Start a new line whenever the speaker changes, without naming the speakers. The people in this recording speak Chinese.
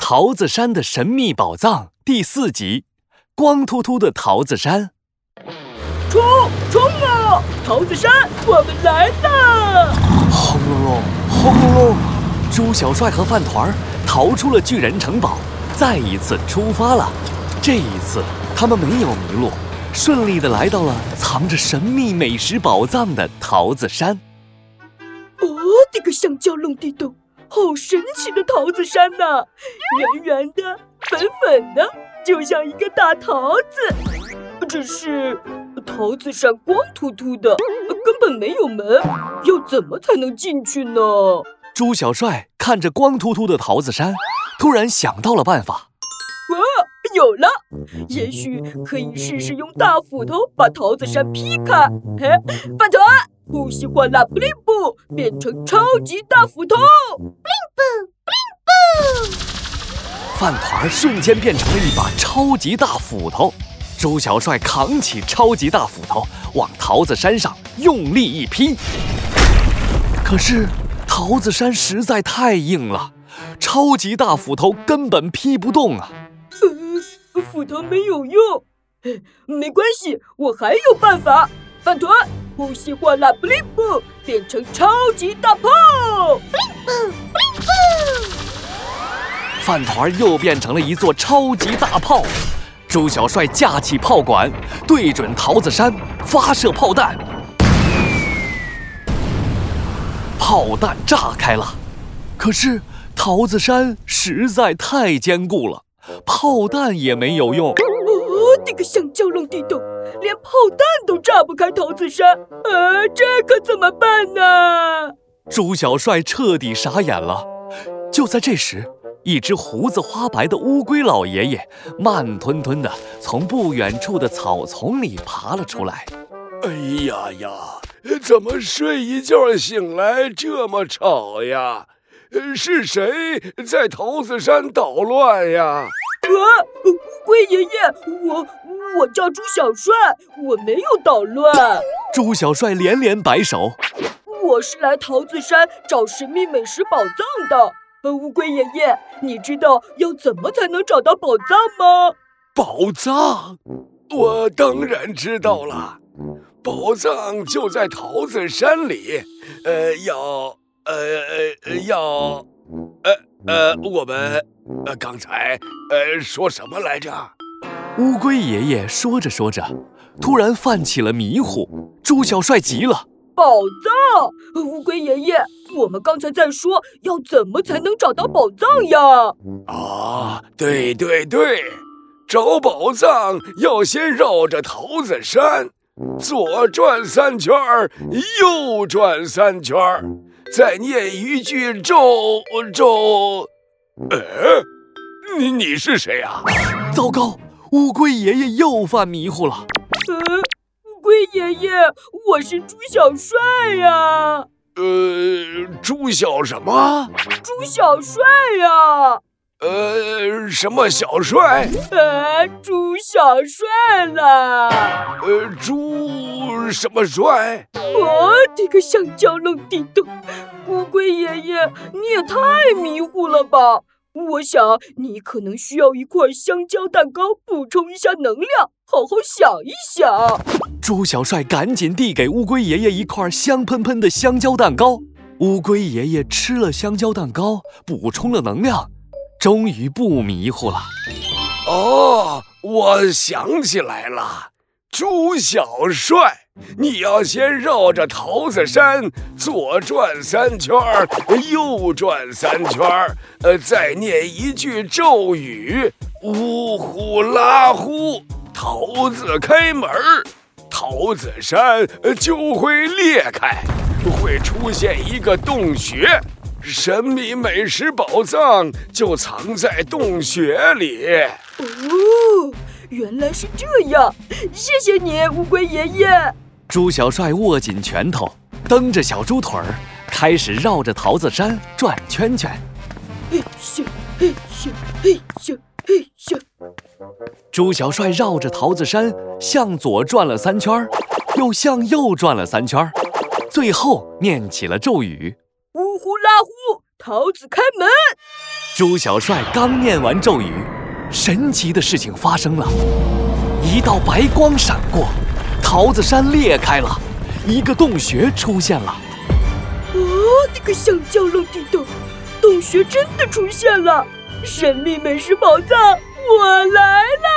桃子山的神秘宝藏第4集，光秃秃的桃子山。
冲啊！桃子山，我们来了！
轰隆隆，轰隆隆！猪小帅和饭团逃出了巨人城堡，再一次出发了。这一次，他们没有迷路，顺利地来到了藏着神秘美食宝藏的桃子山。
这个香蕉弄地洞，好神奇的桃子山呐！圆圆的，粉粉的，就像一个大桃子。只是桃子山光秃秃的，根本没有门，要怎么才能进去呢？
猪小帅看着光秃秃的桃子山，突然想到了办法。
有了，也许可以试试用大斧头把桃子山劈开。饭团，呼吸唤啦布灵布，变成超级大斧头。布灵布，布灵布。
饭团瞬间变成了一把超级大斧头。猪小帅扛起超级大斧头，往桃子山上用力一劈。可是桃子山实在太硬了，超级大斧头根本劈不动啊！
斧头没有用，没关系，我还有办法。饭团，呼吸唤啦布灵布，变成超级大炮。布灵布，布灵布。
饭团又变成了一座超级大炮。猪小帅架起炮管，对准桃子山发射炮弹。炮弹炸开了，可是桃子山实在太坚固了，炮弹也没有用。
这个香蕉弄地洞，连炮弹都炸不开桃子山，这可怎么办呢？
猪小帅彻底傻眼了。就在这时，一只胡子花白的乌龟老爷爷慢吞吞地从不远处的草丛里爬了出来。
哎呀呀，怎么睡一觉醒来这么吵呀？是谁在桃子山捣乱呀？
乌龟爷爷，我叫猪小帅，我没有捣乱。
猪小帅连连摆手，
我是来桃子山找神秘美食宝藏的。乌龟爷爷，你知道要怎么才能找到宝藏吗？
宝藏？我当然知道了，宝藏就在桃子山里。我们刚才说什么来着？
乌龟爷爷说着说着，突然犯起了迷糊。猪小帅急了。
宝藏！乌龟爷爷，我们刚才在说要怎么才能找到宝藏呀？
对，找宝藏要先绕着桃子山，左转3圈，右转3圈，再念一句咒。你是谁啊？
糟糕，乌龟爷爷又犯迷糊了。
乌龟爷爷，我是猪小帅呀。
猪小什么？
猪小帅呀。
什么小帅？
猪小帅啦。
猪什么帅？
这个香蕉弄地洞，乌龟爷爷，你也太迷糊了吧？我想你可能需要一块香蕉蛋糕补充一下能量，好好想一想。
猪小帅赶紧递给乌龟爷爷一块香喷喷的香蕉蛋糕。乌龟爷爷吃了香蕉蛋糕，补充了能量，终于不迷糊了。
我想起来了，猪小帅，你要先绕着桃子山左转3圈，右转3圈，再念一句咒语，呜呼啦呼，桃子开门，桃子山就会裂开，会出现一个洞穴，神秘美食宝藏就藏在洞穴里。
原来是这样，谢谢你，乌龟爷爷。
猪小帅握紧拳头，蹬着小猪腿儿，开始绕着桃子山转圈圈。猪小帅绕着桃子山向左转了3圈，又向右转了3圈，最后念起了咒语：
呜呼啦呼，桃子开门。
猪小帅刚念完咒语，神奇的事情发生了，一道白光闪过，桃子山裂开了，一个洞穴出现了。
这个香蕉龙地洞，洞穴真的出现了！神秘美食宝藏，我来了！